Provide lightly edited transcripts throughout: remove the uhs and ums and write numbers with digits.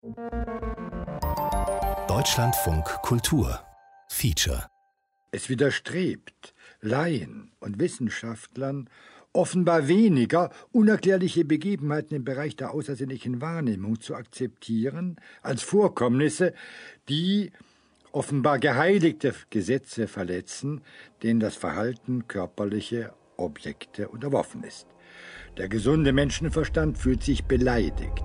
Deutschlandfunk Kultur Feature. Es widerstrebt Laien und Wissenschaftlern offenbar weniger, unerklärliche Begebenheiten im Bereich der außersinnlichen Wahrnehmung zu akzeptieren, als Vorkommnisse, die offenbar geheiligte Gesetze verletzen, denen das Verhalten körperlicher Objekte unterworfen ist. Der gesunde Menschenverstand fühlt sich beleidigt.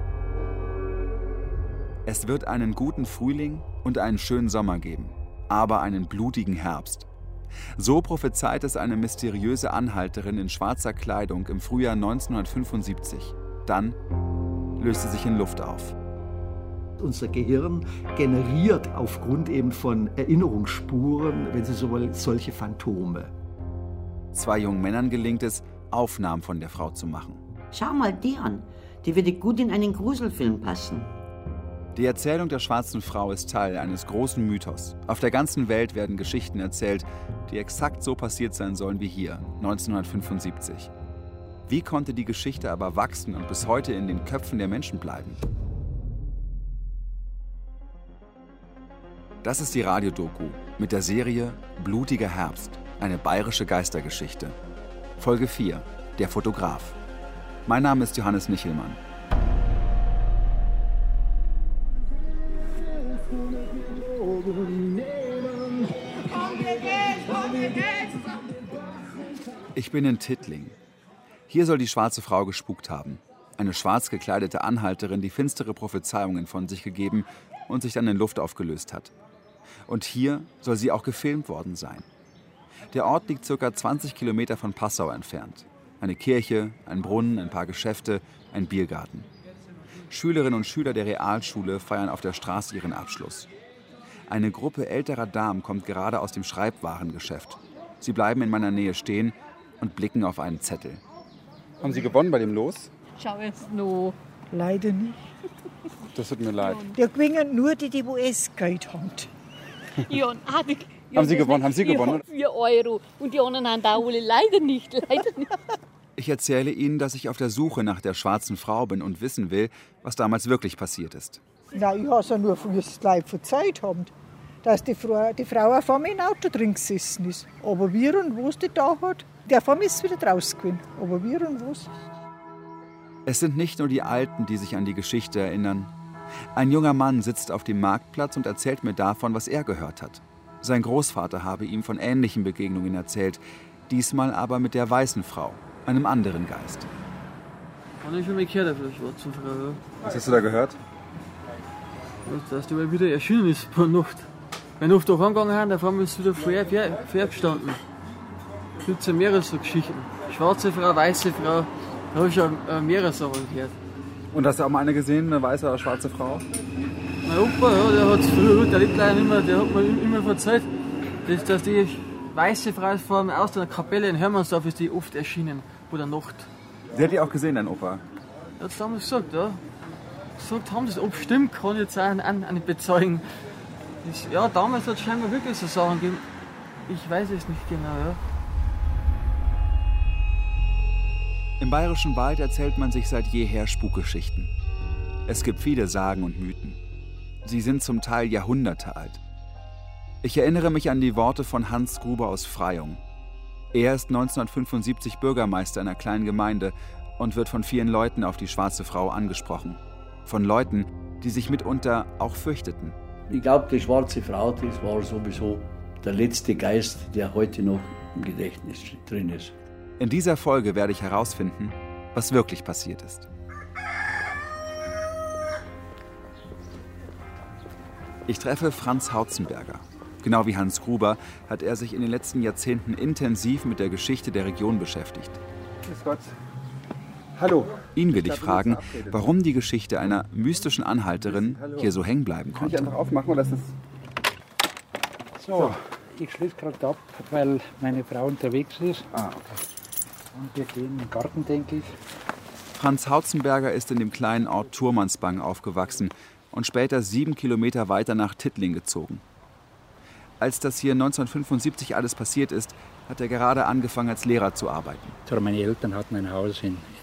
Es wird einen guten Frühling und einen schönen Sommer geben, aber einen blutigen Herbst. So prophezeit es eine mysteriöse Anhalterin in schwarzer Kleidung im Frühjahr 1975. Dann löst sie sich in Luft auf. Unser Gehirn generiert aufgrund eben von Erinnerungsspuren, wenn Sie so wollen, solche Phantome. 2 jungen Männern gelingt es, Aufnahmen von der Frau zu machen. Schau mal die an, die würde gut in einen Gruselfilm passen. Die Erzählung der schwarzen Frau ist Teil eines großen Mythos. Auf der ganzen Welt werden Geschichten erzählt, die exakt so passiert sein sollen wie hier, 1975. Wie konnte die Geschichte aber wachsen und bis heute in den Köpfen der Menschen bleiben? Das ist die Radiodoku mit der Serie Blutiger Herbst, eine bayerische Geistergeschichte. Folge 4, der Fotograf. Mein Name ist Johannes Michelmann. Ich bin in Tittling. Hier soll die schwarze Frau gespukt haben. Eine schwarz gekleidete Anhalterin, die finstere Prophezeiungen von sich gegeben und sich dann in Luft aufgelöst hat. Und hier soll sie auch gefilmt worden sein. Der Ort liegt ca. 20 Kilometer von Passau entfernt. Eine Kirche, ein Brunnen, ein paar Geschäfte, ein Biergarten. Schülerinnen und Schüler der Realschule feiern auf der Straße ihren Abschluss. Eine Gruppe älterer Damen kommt gerade aus dem Schreibwarengeschäft. Sie bleiben in meiner Nähe stehen und blicken auf einen Zettel. Haben Sie gewonnen bei dem Los? Schau jetzt noch. Leider nicht. Das tut mir leid. Da gewinnen nur die US-Geld haben. Ja, Haben Sie gewonnen? Haben Sie gewonnen? 4 Euro. Und die anderen haben da alle leider nicht. Ich erzähle Ihnen, dass ich auf der Suche nach der schwarzen Frau bin und wissen will, was damals wirklich passiert ist. Na, ich habe es ja nur für das Leib von Zeit haben, dass die Frau auf einmal im Auto drin gesessen ist. Aber wie und wo es die da hat, der auf einmal ist wieder draus gewesen. Aber wie und wo es. Es sind nicht nur die Alten, die sich an die Geschichte erinnern. Ein junger Mann sitzt auf dem Marktplatz und erzählt mir davon, was er gehört hat. Sein Großvater habe ihm von ähnlichen Begegnungen erzählt, diesmal aber mit der weißen Frau, einem anderen Geist. Ich habe schon mal gehört von der schwarzen Frau. Ja. Was hast du da gehört? Dass die mal wieder erschienen ist bei Nacht. Wenn wir auf der angegangen haben, auf einmal ist sie wieder vorher gestanden. Es gibt ja mehrere so Geschichten. Schwarze Frau, weiße Frau, da habe ich schon mehrere Sachen gehört. Und hast du auch mal eine gesehen, eine weiße oder schwarze Frau? Mein Opa, ja, der hat es früher, der lebt leider nicht mehr, der hat mir immer erzählt, dass die weiße Frau vor aus der Kapelle in Hermannsdorf ist die oft erschienen, vor der Nacht. Sie hat die auch gesehen, dein Opa? Er hat es damals gesagt, ja. Gesagt haben das, ob stimmt, kann ich jetzt auch nicht bezeugen. Ja, damals hat es scheinbar wirklich so Sachen gegeben. Ich weiß es nicht genau, ja. Im Bayerischen Wald erzählt man sich seit jeher Spukgeschichten. Es gibt viele Sagen und Mythen. Sie sind zum Teil Jahrhunderte alt. Ich erinnere mich an die Worte von Hans Gruber aus Freyung. Er ist 1975 Bürgermeister einer kleinen Gemeinde und wird von vielen Leuten auf die schwarze Frau angesprochen. Von Leuten, die sich mitunter auch fürchteten. Ich glaube, die schwarze Frau, das war sowieso der letzte Geist, der heute noch im Gedächtnis drin ist. In dieser Folge werde ich herausfinden, was wirklich passiert ist. Ich treffe Franz Hautzenberger. Genau wie Hans Gruber hat er sich in den letzten Jahrzehnten intensiv mit der Geschichte der Region beschäftigt. Grüß Gott. Hallo. Ihn will ich fragen, warum die Geschichte einer mystischen Anhalterin hier so hängen bleiben Kann konnte. ich einfach aufmachen oder ist das... So, ich schließe gerade ab, weil meine Frau unterwegs ist. Okay. Und wir gehen in den Garten, denke ich. Franz Hautzenberger ist in dem kleinen Ort Thurmansbang aufgewachsen und später 7 Kilometer weiter nach Tittling gezogen. Als das hier 1975 alles passiert ist, hat er gerade angefangen, als Lehrer zu arbeiten. Meine Eltern hatten ein Haus in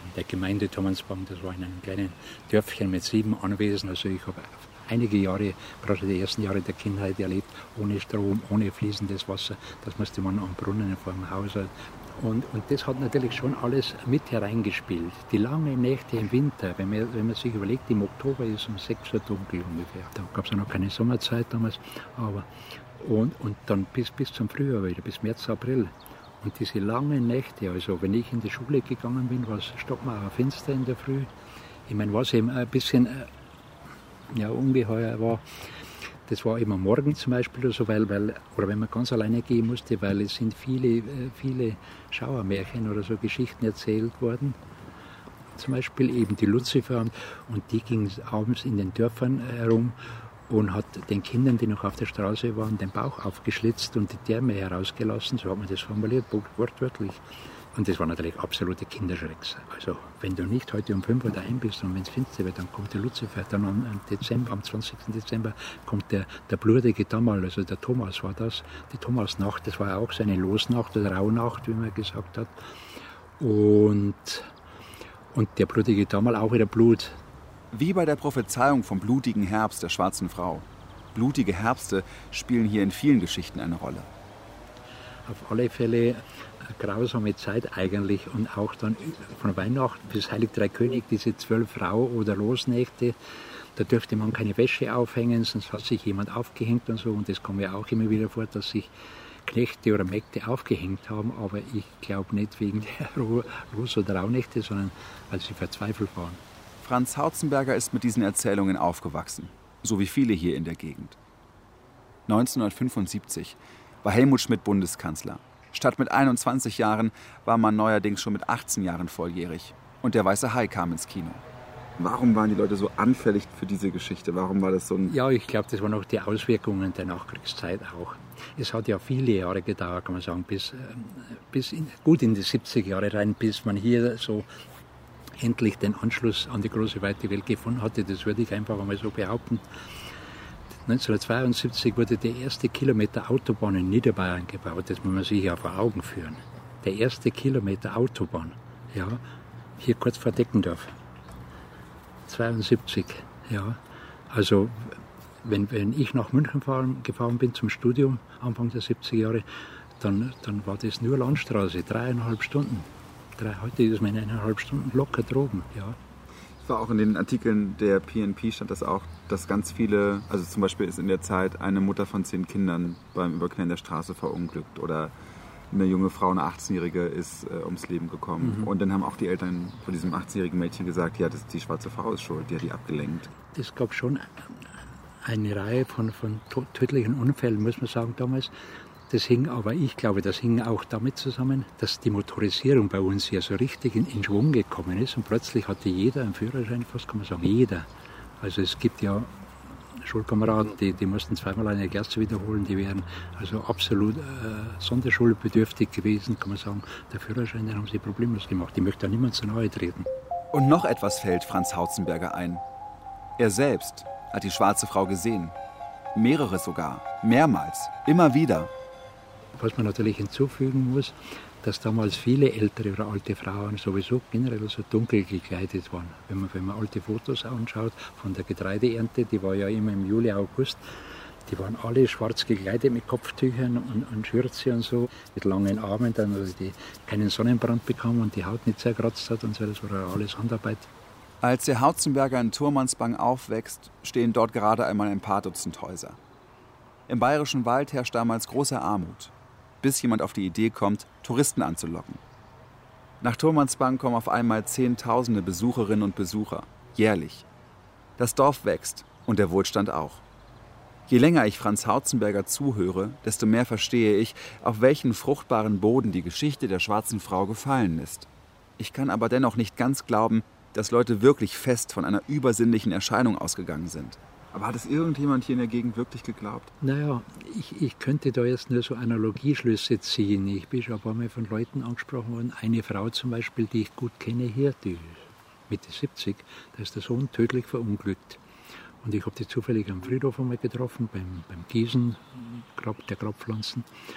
der Gemeinde Thomansbang. Das war in einem kleinen Dörfchen mit 7 Anwesen. Also ich habe einige Jahre, gerade die ersten Jahre der Kindheit erlebt, ohne Strom, ohne fließendes Wasser. Das musste man am Brunnen vor dem Haus. Und das hat natürlich schon alles mit hereingespielt. Die langen Nächte im Winter, wenn man sich überlegt, im Oktober ist um 6 Uhr dunkel ungefähr. Da gab es ja noch keine Sommerzeit damals. Und dann bis zum Frühjahr wieder, bis März, April. Und diese langen Nächte, also wenn ich in die Schule gegangen bin, war es stockmauerfinster in der Früh. Ich meine, was eben ein bisschen ungeheuer war, das war immer morgen zum Beispiel oder so, oder wenn man ganz alleine gehen musste, weil es sind viele Schauermärchen oder so Geschichten erzählt worden. Zum Beispiel eben die Luzifer, und die ging abends in den Dörfern herum und hat den Kindern, die noch auf der Straße waren, den Bauch aufgeschlitzt und die Därme herausgelassen, so hat man das formuliert, wortwörtlich. Und das war natürlich absolute Kinderschrecks. Also wenn du nicht heute um 5 Uhr daheim bist und wenn es finster wird, dann kommt der Luzifer, dann am 20. Dezember kommt der blutige Damal, also der Thomas war das, die Thomasnacht, das war ja auch seine Losnacht oder Rauhnacht, wie man gesagt hat. Und der blutige Damal auch wieder Blut. Wie bei der Prophezeiung vom blutigen Herbst der schwarzen Frau. Blutige Herbste spielen hier in vielen Geschichten eine Rolle. Auf alle Fälle eine grausame Zeit eigentlich, und auch dann von Weihnachten bis Heilig Drei König, diese 12 Rauh- oder Losnächte, da dürfte man keine Wäsche aufhängen, sonst hat sich jemand aufgehängt und so, und das kommt ja auch immer wieder vor, dass sich Knechte oder Mägde aufgehängt haben, aber ich glaube nicht wegen der Los- oder Rauhnächte, sondern weil sie verzweifelt waren. Franz Hautzenberger ist mit diesen Erzählungen aufgewachsen, so wie viele hier in der Gegend. 1975 war Helmut Schmidt Bundeskanzler. Statt mit 21 Jahren war man neuerdings schon mit 18 Jahren volljährig. Und der Weiße Hai kam ins Kino. Warum waren die Leute so anfällig für diese Geschichte? Warum war das so ein... Ja, ich glaube, das waren auch die Auswirkungen der Nachkriegszeit auch. Es hat ja viele Jahre gedauert, kann man sagen, gut in die 70er Jahre rein, bis man hier so endlich den Anschluss an die große weite Welt gefunden hatte. Das würde ich einfach einmal so behaupten. 1972 wurde der erste Kilometer Autobahn in Niederbayern gebaut. Das muss man sich ja vor Augen führen. Der erste Kilometer Autobahn, ja, hier kurz vor Deckendorf. 72, ja. Also wenn ich nach München gefahren bin zum Studium, Anfang der 70er Jahre, dann war das nur Landstraße, 3,5 Stunden. Heute ist man in 1,5 Stunden locker droben, ja. Es war auch in den Artikeln der PNP stand das auch, dass ganz viele, also zum Beispiel ist in der Zeit eine Mutter von 10 Kindern beim Überqueren der Straße verunglückt oder eine junge Frau, eine 18-Jährige, ist ums Leben gekommen. Mhm. Und dann haben auch die Eltern von diesem 18-jährigen Mädchen gesagt, ja, die schwarze Frau ist schuld, die hat die abgelenkt. Es gab schon eine Reihe von tödlichen Unfällen, muss man sagen, damals. Das hing auch damit zusammen, dass die Motorisierung bei uns ja so richtig in Schwung gekommen ist und plötzlich hatte jeder einen Führerschein, fast kann man sagen, jeder. Also es gibt ja Schulkameraden, die mussten zweimal eine Klasse wiederholen, die wären also absolut sonderschulbedürftig gewesen, kann man sagen. Der Führerschein, den haben sie problemlos gemacht, die möchte da niemand zu nahe treten. Und noch etwas fällt Franz Hautzenberger ein. Er selbst hat die schwarze Frau gesehen. Mehrere sogar, mehrmals, immer wieder. Was man natürlich hinzufügen muss, dass damals viele ältere oder alte Frauen sowieso generell so dunkel gekleidet waren. Wenn man alte Fotos anschaut von der Getreideernte, die war ja immer im Juli, August, die waren alle schwarz gekleidet mit Kopftüchern und Schürze und so, mit langen Armen, dann, also die keinen Sonnenbrand bekamen und die Haut nicht zerkratzt hat und so, das war ja alles Handarbeit. Als der Hautzenberger in Thurmansbang aufwächst, stehen dort gerade einmal ein paar Dutzend Häuser. Im Bayerischen Wald herrscht damals große Armut, bis jemand auf die Idee kommt, Touristen anzulocken. Nach Thurmansbang kommen auf einmal Zehntausende Besucherinnen und Besucher, jährlich. Das Dorf wächst und der Wohlstand auch. Je länger ich Franz Hautzenberger zuhöre, desto mehr verstehe ich, auf welchen fruchtbaren Boden die Geschichte der schwarzen Frau gefallen ist. Ich kann aber dennoch nicht ganz glauben, dass Leute wirklich fest von einer übersinnlichen Erscheinung ausgegangen sind. Aber hat es irgendjemand hier in der Gegend wirklich geglaubt? Naja, ich könnte da jetzt nur so Analogieschlüsse ziehen. Ich bin schon ein paar Mal von Leuten angesprochen worden. Eine Frau zum Beispiel, die ich gut kenne hier, die Mitte 70, da ist der Sohn tödlich verunglückt. Und ich habe die zufällig am Friedhof einmal getroffen, beim Gießen der Grabpflanzen.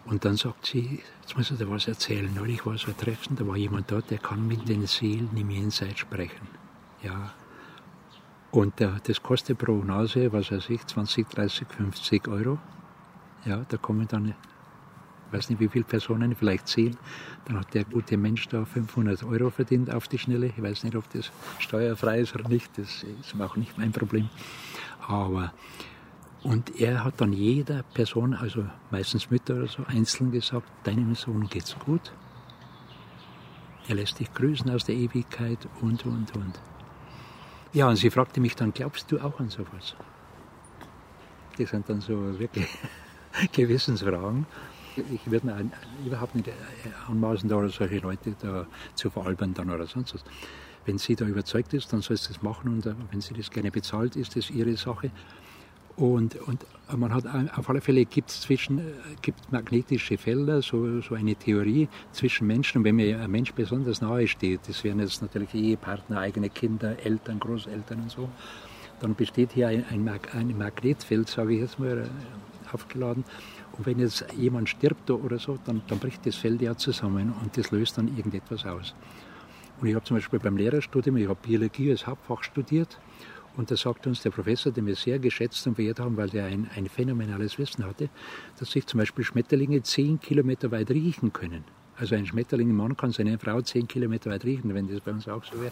Und dann sagt sie, jetzt muss ich dir was erzählen. Neulich war so ein Treffen, da war jemand dort, der kann mit den Seelen im Jenseits sprechen. Ja. Und das kostet pro Nase, was weiß ich, 20, 30, 50 Euro. Ja, da kommen dann, ich weiß nicht wie viele Personen, vielleicht 10. Dann hat der gute Mensch da 500 Euro verdient auf die Schnelle. Ich weiß nicht, ob das steuerfrei ist oder nicht, das ist auch nicht mein Problem. Aber, und er hat dann jeder Person, also meistens Mütter oder so, einzeln gesagt, deinem Sohn geht's gut. Er lässt dich grüßen aus der Ewigkeit und. Ja, und sie fragte mich dann, glaubst du auch an sowas? Das sind dann so wirklich Gewissensfragen. Ich würde mir überhaupt nicht anmaßen, da solche Leute da zu veralbern dann oder sonst was. Wenn sie da überzeugt ist, dann soll sie das machen und wenn sie das gerne bezahlt, ist das ihre Sache. Und man hat auf alle Fälle gibt magnetische Felder, so eine Theorie zwischen Menschen. Und wenn mir ein Mensch besonders nahe steht, das wären jetzt natürlich Ehepartner, eigene Kinder, Eltern, Großeltern und so, dann besteht hier ein Magnetfeld, sage ich jetzt mal, aufgeladen. Und wenn jetzt jemand stirbt oder so, dann bricht das Feld ja zusammen und das löst dann irgendetwas aus. Und ich habe zum Beispiel beim Lehrerstudium, ich habe Biologie als Hauptfach studiert. Und da sagt uns der Professor, den wir sehr geschätzt und verehrt haben, weil der ein phänomenales Wissen hatte, dass sich zum Beispiel Schmetterlinge 10 Kilometer weit riechen können. Also ein Schmetterling, ein Mann kann seine Frau 10 Kilometer weit riechen, wenn das bei uns auch so wäre.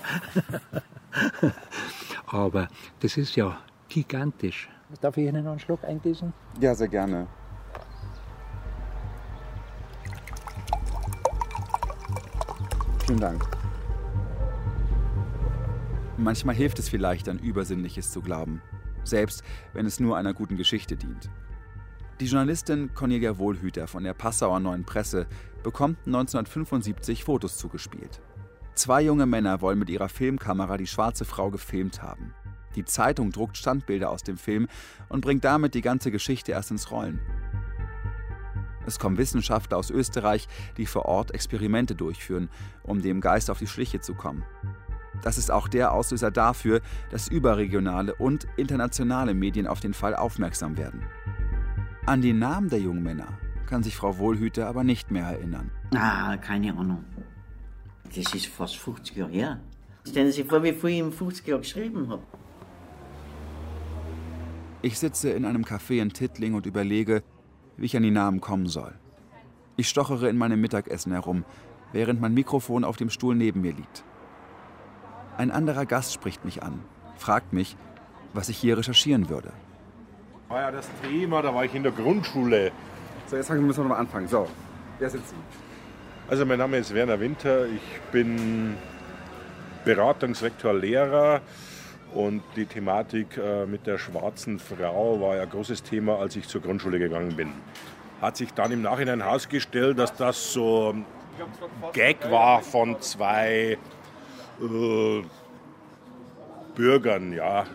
Aber das ist ja gigantisch. Darf ich Ihnen noch einen Schluck eingießen? Ja, sehr gerne. Vielen Dank. Manchmal hilft es vielleicht, an Übersinnliches zu glauben, selbst wenn es nur einer guten Geschichte dient. Die Journalistin Cornelia Wohlhüter von der Passauer Neuen Presse bekommt 1975 Fotos zugespielt. 2 junge Männer wollen mit ihrer Filmkamera die schwarze Frau gefilmt haben. Die Zeitung druckt Standbilder aus dem Film und bringt damit die ganze Geschichte erst ins Rollen. Es kommen Wissenschaftler aus Österreich, die vor Ort Experimente durchführen, um dem Geist auf die Schliche zu kommen. Das ist auch der Auslöser dafür, dass überregionale und internationale Medien auf den Fall aufmerksam werden. An die Namen der jungen Männer kann sich Frau Wohlhüter aber nicht mehr erinnern. Keine Ahnung. Das ist fast 50 Jahre her. Stellen Sie sich vor, wie viel ich in 50 Jahren geschrieben habe. Ich sitze in einem Café in Tittling und überlege, wie ich an die Namen kommen soll. Ich stochere in meinem Mittagessen herum, während mein Mikrofon auf dem Stuhl neben mir liegt. Ein anderer Gast spricht mich an, fragt mich, was ich hier recherchieren würde. War ja das Thema, da war ich in der Grundschule. So, jetzt müssen wir nochmal anfangen. So, wer sind Sie? Also mein Name ist Werner Winter, ich bin Beratungsrektor Lehrer und die Thematik mit der schwarzen Frau war ja ein großes Thema, als ich zur Grundschule gegangen bin. Hat sich dann im Nachhinein herausgestellt, dass das so ein Gag war von 2 Bürgern, ja.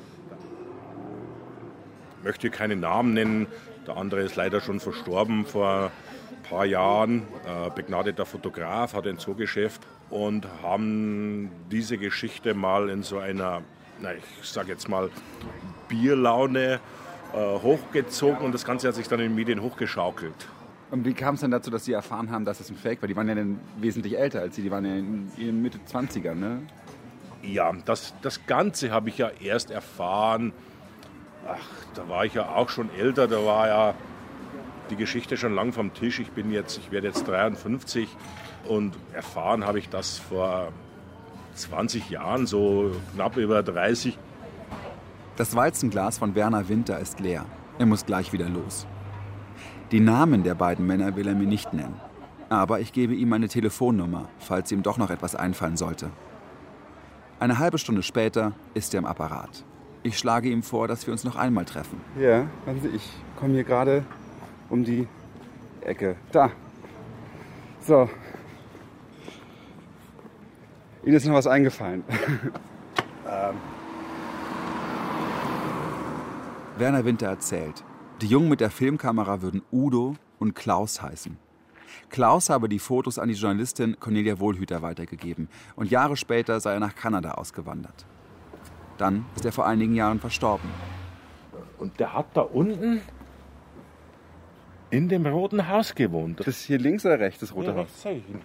Ich möchte keine Namen nennen, der andere ist leider schon verstorben vor ein paar Jahren, begnadeter Fotograf, hat ein Zoogeschäft und haben diese Geschichte mal in so einer, ich sage jetzt mal, Bierlaune hochgezogen und das Ganze hat sich dann in den Medien hochgeschaukelt. Und wie kam es dann dazu, dass Sie erfahren haben, dass es ein Fake war? Die waren ja dann wesentlich älter als Sie, die waren ja in ihren Mitte 20ern, ne? Ja, das Ganze habe ich ja erst erfahren, da war ich ja auch schon älter, da war ja die Geschichte schon lang vom Tisch. Ich werde jetzt 53 und erfahren habe ich das vor 20 Jahren, so knapp über 30. Das Weizenglas von Werner Winter ist leer. Er muss gleich wieder los. Die Namen der beiden Männer will er mir nicht nennen. Aber ich gebe ihm meine Telefonnummer, falls ihm doch noch etwas einfallen sollte. Eine halbe Stunde später ist er am Apparat. Ich schlage ihm vor, dass wir uns noch einmal treffen. Ja, warten Sie, ich komme hier gerade um die Ecke. Da. So. Ihnen ist noch was eingefallen. Werner Winter erzählt, die Jungen mit der Filmkamera würden Udo und Klaus heißen. Klaus habe die Fotos an die Journalistin Cornelia Wohlhüter weitergegeben und Jahre später sei er nach Kanada ausgewandert. Dann ist er vor einigen Jahren verstorben. Und der hat da unten in dem Roten Haus gewohnt. Das ist hier links oder rechts, das Rote Ja, Haus? zeige ich Ihnen.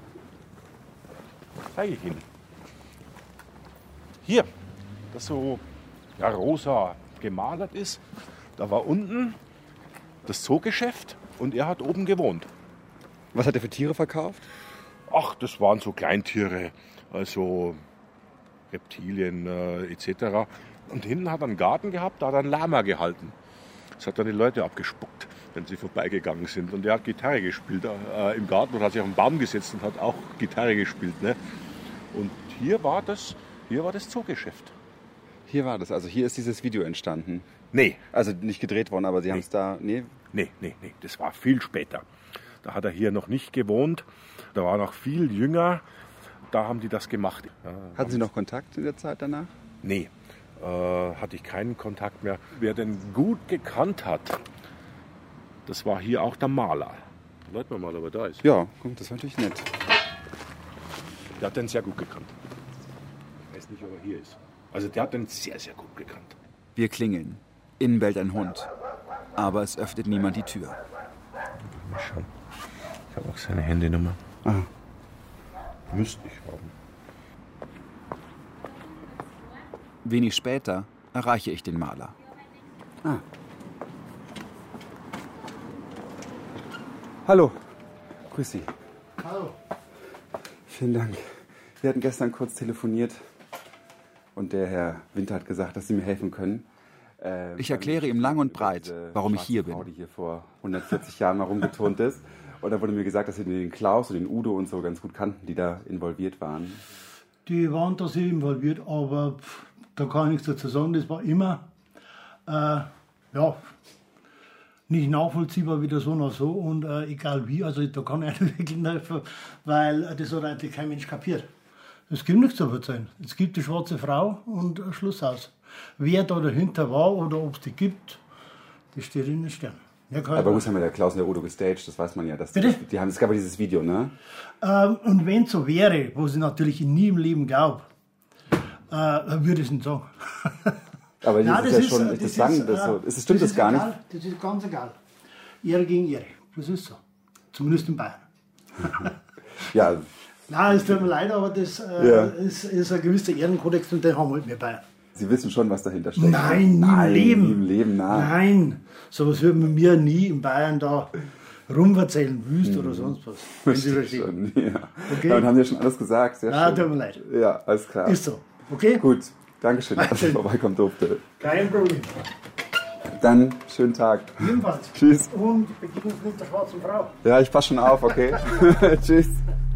Zeige ich Ihnen. Hier, das so rosa gemalert ist, da war unten das Zoogeschäft und er hat oben gewohnt. Was hat er für Tiere verkauft? Ach, das waren so Kleintiere, also Reptilien etc. Und hinten hat er einen Garten gehabt, da hat er einen Lama gehalten. Das hat dann die Leute abgespuckt, wenn sie vorbeigegangen sind. Und er hat Gitarre gespielt im Garten und hat sich auf einen Baum gesetzt und hat auch Gitarre gespielt. Ne? Und hier war das Zoogeschäft. Hier war das, also hier ist dieses Video entstanden. Nee. Also nicht gedreht worden, aber Sie haben es da... Nee, das war viel später. Da hat er hier noch nicht gewohnt, da war noch viel jünger, da haben die das gemacht. Hatten Sie noch Kontakt in der Zeit danach? Nee, hatte ich keinen Kontakt mehr. Wer den gut gekannt hat, das war hier auch der Maler. Leute mal, ob er da ist. Ja, das war natürlich nett. Der hat den sehr gut gekannt. Ich weiß nicht, ob er hier ist. Also der hat den sehr, sehr gut gekannt. Wir klingeln. Innen bellt ein Hund. Aber es öffnet niemand die Tür. Mal schauen. Ich habe auch seine Handynummer. Ah. Müsste ich haben. Wenig später erreiche ich den Maler. Ah. Hallo. Grüß Sie. Hallo. Vielen Dank. Wir hatten gestern kurz telefoniert und der Herr Winter hat gesagt, dass Sie mir helfen können. Ich erkläre ihm lang und breit, warum ich hier bin. Frau, die hier vor 140 Jahren mal rumgeturnt ist. Und da wurde mir gesagt, dass Sie den Klaus und den Udo und so ganz gut kannten, die da involviert waren. Die waren da sehr involviert, aber da kann ich nichts dazu sagen. Das war immer nicht nachvollziehbar, weder so noch so. Und egal wie, also da kann ich wirklich nicht helfen, weil das hat eigentlich kein Mensch kapiert. Es gibt nichts zu erzählen. Es gibt die schwarze Frau und Schluss aus. Wer da dahinter war oder ob es die gibt, das steht in den Sternen. Ja, aber gut, haben wir der Klaus und der Udo gestaged, das weiß man ja. Dass die haben, es gab ja dieses Video, ne? Und wenn es so wäre, was ich natürlich nie im Leben glaube, würde ich es nicht sagen. Aber Nein, das ist ja schon, das sagen, stimmt das gar egal, nicht? Das ist ganz egal. Ehre gegen Ehre, das ist so. Zumindest in Bayern. Ja. Nein, es tut mir leid, aber das ist ein gewisser Ehrenkodex und den haben halt wir Bayern. Sie wissen schon, was dahinter steckt. Nein, nie im Leben. Nie im Leben, nein. Nein, sowas würden wir mir nie in Bayern da rumerzählen, wüst oder sonst was. Wenn Sie verstehen. Ja. Okay. Dann haben Sie ja schon alles gesagt. Sehr schön. Tut mir leid. Ja, alles klar. Ist so. Okay? Gut, Dankeschön, dass ich vorbeikommen durfte. Kein Problem. Dann schönen Tag. Ebenfalls. Tschüss. Und beginnen Sie mit der schwarzen Frau. Ja, ich passe schon auf, okay? Tschüss.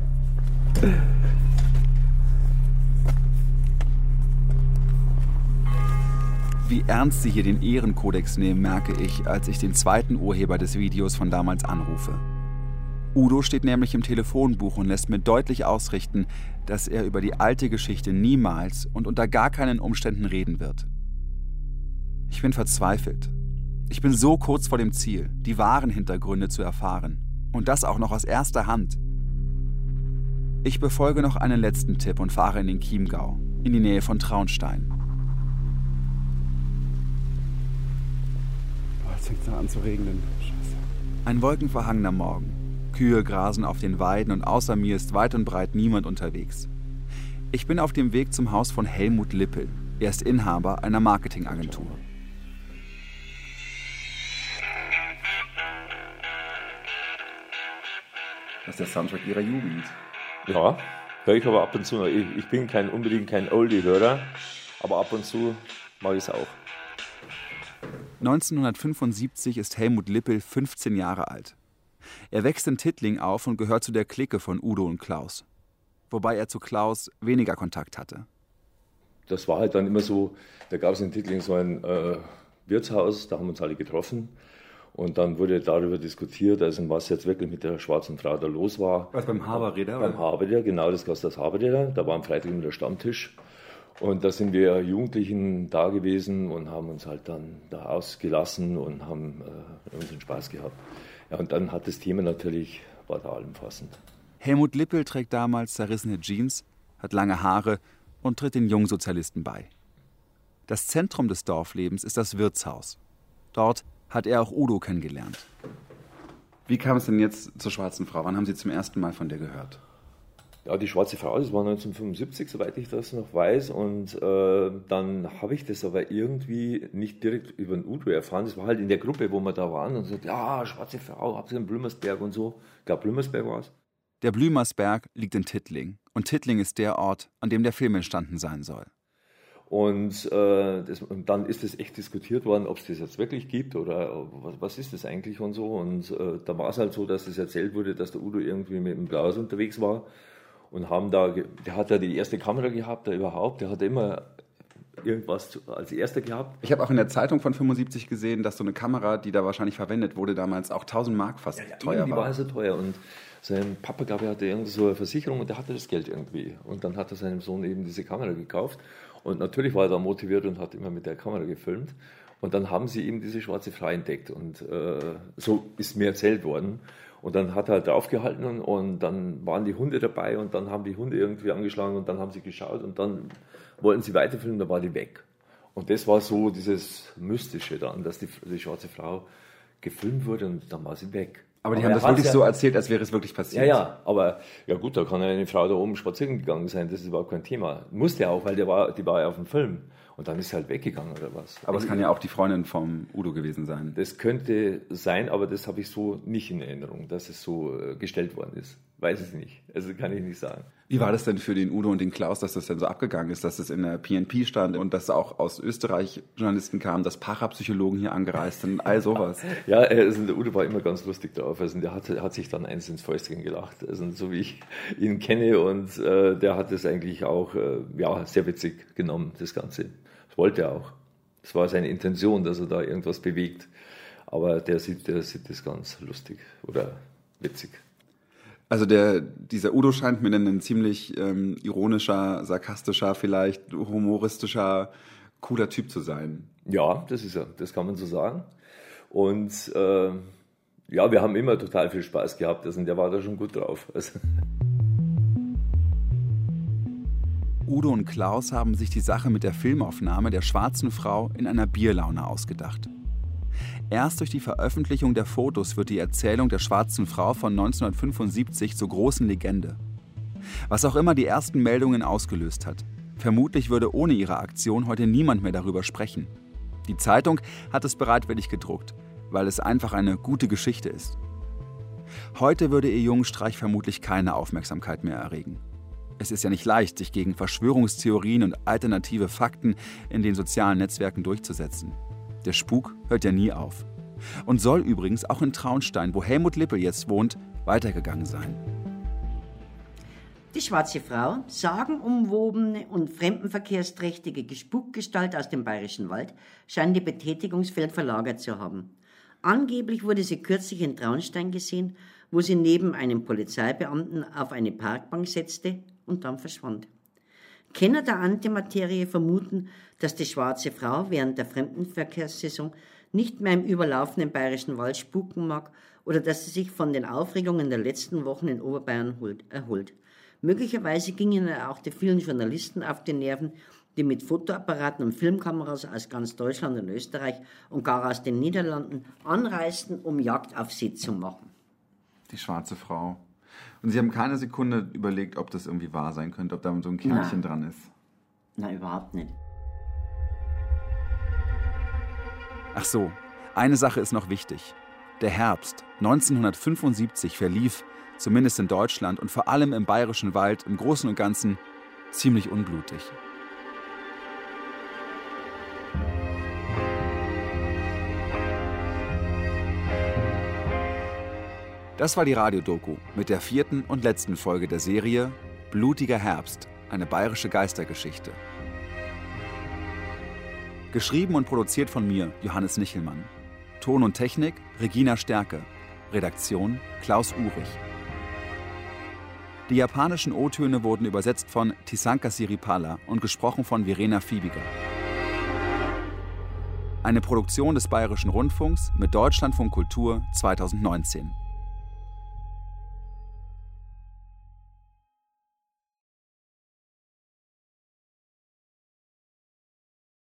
Wie ernst sie hier den Ehrenkodex nehmen, merke ich, als ich den zweiten Urheber des Videos von damals anrufe. Udo steht nämlich im Telefonbuch und lässt mir deutlich ausrichten, dass er über die alte Geschichte niemals und unter gar keinen Umständen reden wird. Ich bin verzweifelt. Ich bin so kurz vor dem Ziel, die wahren Hintergründe zu erfahren. Und das auch noch aus erster Hand. Ich befolge noch einen letzten Tipp und fahre in den Chiemgau, in die Nähe von Traunstein. Jetzt fängt es an zu regnen. Scheiße. Ein wolkenverhangener Morgen. Kühe grasen auf den Weiden und außer mir ist weit und breit niemand unterwegs. Ich bin auf dem Weg zum Haus von Helmut Lippel. Er ist Inhaber einer Marketingagentur. Das ist der Soundtrack Ihrer Jugend. Ja, höre ich aber ab und zu noch. Ich bin unbedingt kein Oldie-Hörer, aber ab und zu mag ich es auch. 1975 ist Helmut Lippel 15 Jahre alt. Er wächst in Tittling auf und gehört zu der Clique von Udo und Klaus. Wobei er zu Klaus weniger Kontakt hatte. Das war halt dann immer so, da gab es in Tittling so ein Wirtshaus, da haben wir uns alle getroffen. Und dann wurde darüber diskutiert, also was jetzt wirklich mit der schwarzen Frau da los war. Was, beim Haberräder? Beim Haberräder, genau, das war das Haberräder. Da war am Freitag immer der Stammtisch. Und da sind wir Jugendlichen da gewesen und haben uns halt dann da ausgelassen und haben unseren Spaß gehabt. Ja, und dann hat das Thema natürlich, war da allumfassend. Helmut Lippel trägt damals zerrissene Jeans, hat lange Haare und tritt den Jungsozialisten bei. Das Zentrum des Dorflebens ist das Wirtshaus. Dort hat er auch Udo kennengelernt. Wie kam es denn jetzt zur Schwarzen Frau? Wann haben Sie zum ersten Mal von der gehört? Ja, die Schwarze Frau, das war 1975, soweit ich das noch weiß. Und dann habe ich das aber irgendwie nicht direkt über den Udo erfahren. Das war halt in der Gruppe, wo wir da waren und gesagt, ja, Schwarze Frau, habt ihr in Blümersberg und so. Ich glaube, Blümersberg war es. Der Blümersberg liegt in Tittling. Und Tittling ist der Ort, an dem der Film entstanden sein soll. Und dann ist es echt diskutiert worden, ob es das jetzt wirklich gibt oder was ist das eigentlich und so. Und da war es halt so, dass es erzählt wurde, dass der Udo irgendwie mit dem Klaus unterwegs war und der hat ja die erste Kamera gehabt, da überhaupt, der hat immer irgendwas als erster gehabt. Ich habe auch in der Zeitung von 75 gesehen, dass so eine Kamera, die da wahrscheinlich verwendet wurde, damals auch 1000 Mark fast teuer war. Die war also teuer und sein Papa, glaube ich, hatte irgendwie so eine Versicherung und der hatte das Geld irgendwie. Und dann hat er seinem Sohn eben diese Kamera gekauft. Und natürlich war er da motiviert und hat immer mit der Kamera gefilmt. Und dann haben sie eben diese Schwarze Frau entdeckt. Und so ist mir erzählt worden. Und dann hat er halt draufgehalten und dann waren die Hunde dabei und dann haben die Hunde irgendwie angeschlagen und dann haben sie geschaut und dann wollten sie weiterfilmen, da war die weg. Und das war so dieses Mystische dann, dass die Schwarze Frau gefilmt wurde und dann war sie weg. Aber die haben das wirklich so erzählt, als wäre es wirklich passiert. Ja, aber ja gut, da kann ja eine Frau da oben spazieren gegangen sein, das ist überhaupt kein Thema. Musste ja auch, weil die war ja auf dem Film. Und dann ist sie halt weggegangen oder was. Aber es kann ja auch die Freundin vom Udo gewesen sein. Das könnte sein, aber das habe ich so nicht in Erinnerung, dass es so gestellt worden ist. Weiß es nicht. Also kann ich nicht sagen. Wie war das denn für den Udo und den Klaus, dass das denn so abgegangen ist, dass es in der PNP stand und dass auch aus Österreich Journalisten kamen, dass Parapsychologen hier angereist sind, all sowas? Ja, also der Udo war immer ganz lustig drauf. Also der hat sich dann eins ins Fäustchen gelacht, also so wie ich ihn kenne. Und der hat es eigentlich auch sehr witzig genommen, das Ganze. Das wollte er auch. Das war seine Intention, dass er da irgendwas bewegt. Aber der sieht das ganz lustig oder witzig. Also dieser Udo scheint mir ein ziemlich ironischer, sarkastischer, vielleicht humoristischer, cooler Typ zu sein. Ja, das ist er. Das kann man so sagen. Und wir haben immer total viel Spaß gehabt. Also der war da schon gut drauf. Also. Udo und Klaus haben sich die Sache mit der Filmaufnahme der Schwarzen Frau in einer Bierlaune ausgedacht. Erst durch die Veröffentlichung der Fotos wird die Erzählung der Schwarzen Frau von 1975 zur großen Legende. Was auch immer die ersten Meldungen ausgelöst hat. Vermutlich würde ohne ihre Aktion heute niemand mehr darüber sprechen. Die Zeitung hat es bereitwillig gedruckt, weil es einfach eine gute Geschichte ist. Heute würde ihr Jungenstreich vermutlich keine Aufmerksamkeit mehr erregen. Es ist ja nicht leicht, sich gegen Verschwörungstheorien und alternative Fakten in den sozialen Netzwerken durchzusetzen. Der Spuk hört ja nie auf. Und soll übrigens auch in Traunstein, wo Helmut Lippel jetzt wohnt, weitergegangen sein. Die Schwarze Frau, sagenumwobene und fremdenverkehrsträchtige Spukgestalt aus dem Bayerischen Wald, scheint ihr Betätigungsfeld verlagert zu haben. Angeblich wurde sie kürzlich in Traunstein gesehen, wo sie neben einem Polizeibeamten auf eine Parkbank setzte und dann verschwand. Kenner der Antimaterie vermuten, dass die Schwarze Frau während der Fremdenverkehrssaison nicht mehr im überlaufenden Bayerischen Wald spuken mag oder dass sie sich von den Aufregungen der letzten Wochen in Oberbayern erholt. Möglicherweise gingen auch die vielen Journalisten auf die Nerven, die mit Fotoapparaten und Filmkameras aus ganz Deutschland und Österreich und gar aus den Niederlanden anreisten, um Jagd auf sie zu machen. Die Schwarze Frau. Und Sie haben keine Sekunde überlegt, ob das irgendwie wahr sein könnte, ob da so ein Kernchen dran ist? Nein, überhaupt nicht. Ach so, eine Sache ist noch wichtig. Der Herbst 1975 verlief, zumindest in Deutschland und vor allem im Bayerischen Wald, im Großen und Ganzen ziemlich unblutig. Das war die Radiodoku mit der 4. und letzten Folge der Serie Blutiger Herbst, eine bayerische Geistergeschichte. Geschrieben und produziert von mir, Johannes Nichelmann. Ton und Technik, Regina Stärke. Redaktion, Klaus Uhrig. Die japanischen O-Töne wurden übersetzt von Tisanka Siripala und gesprochen von Verena Fiebiger. Eine Produktion des Bayerischen Rundfunks mit Deutschlandfunk Kultur 2019.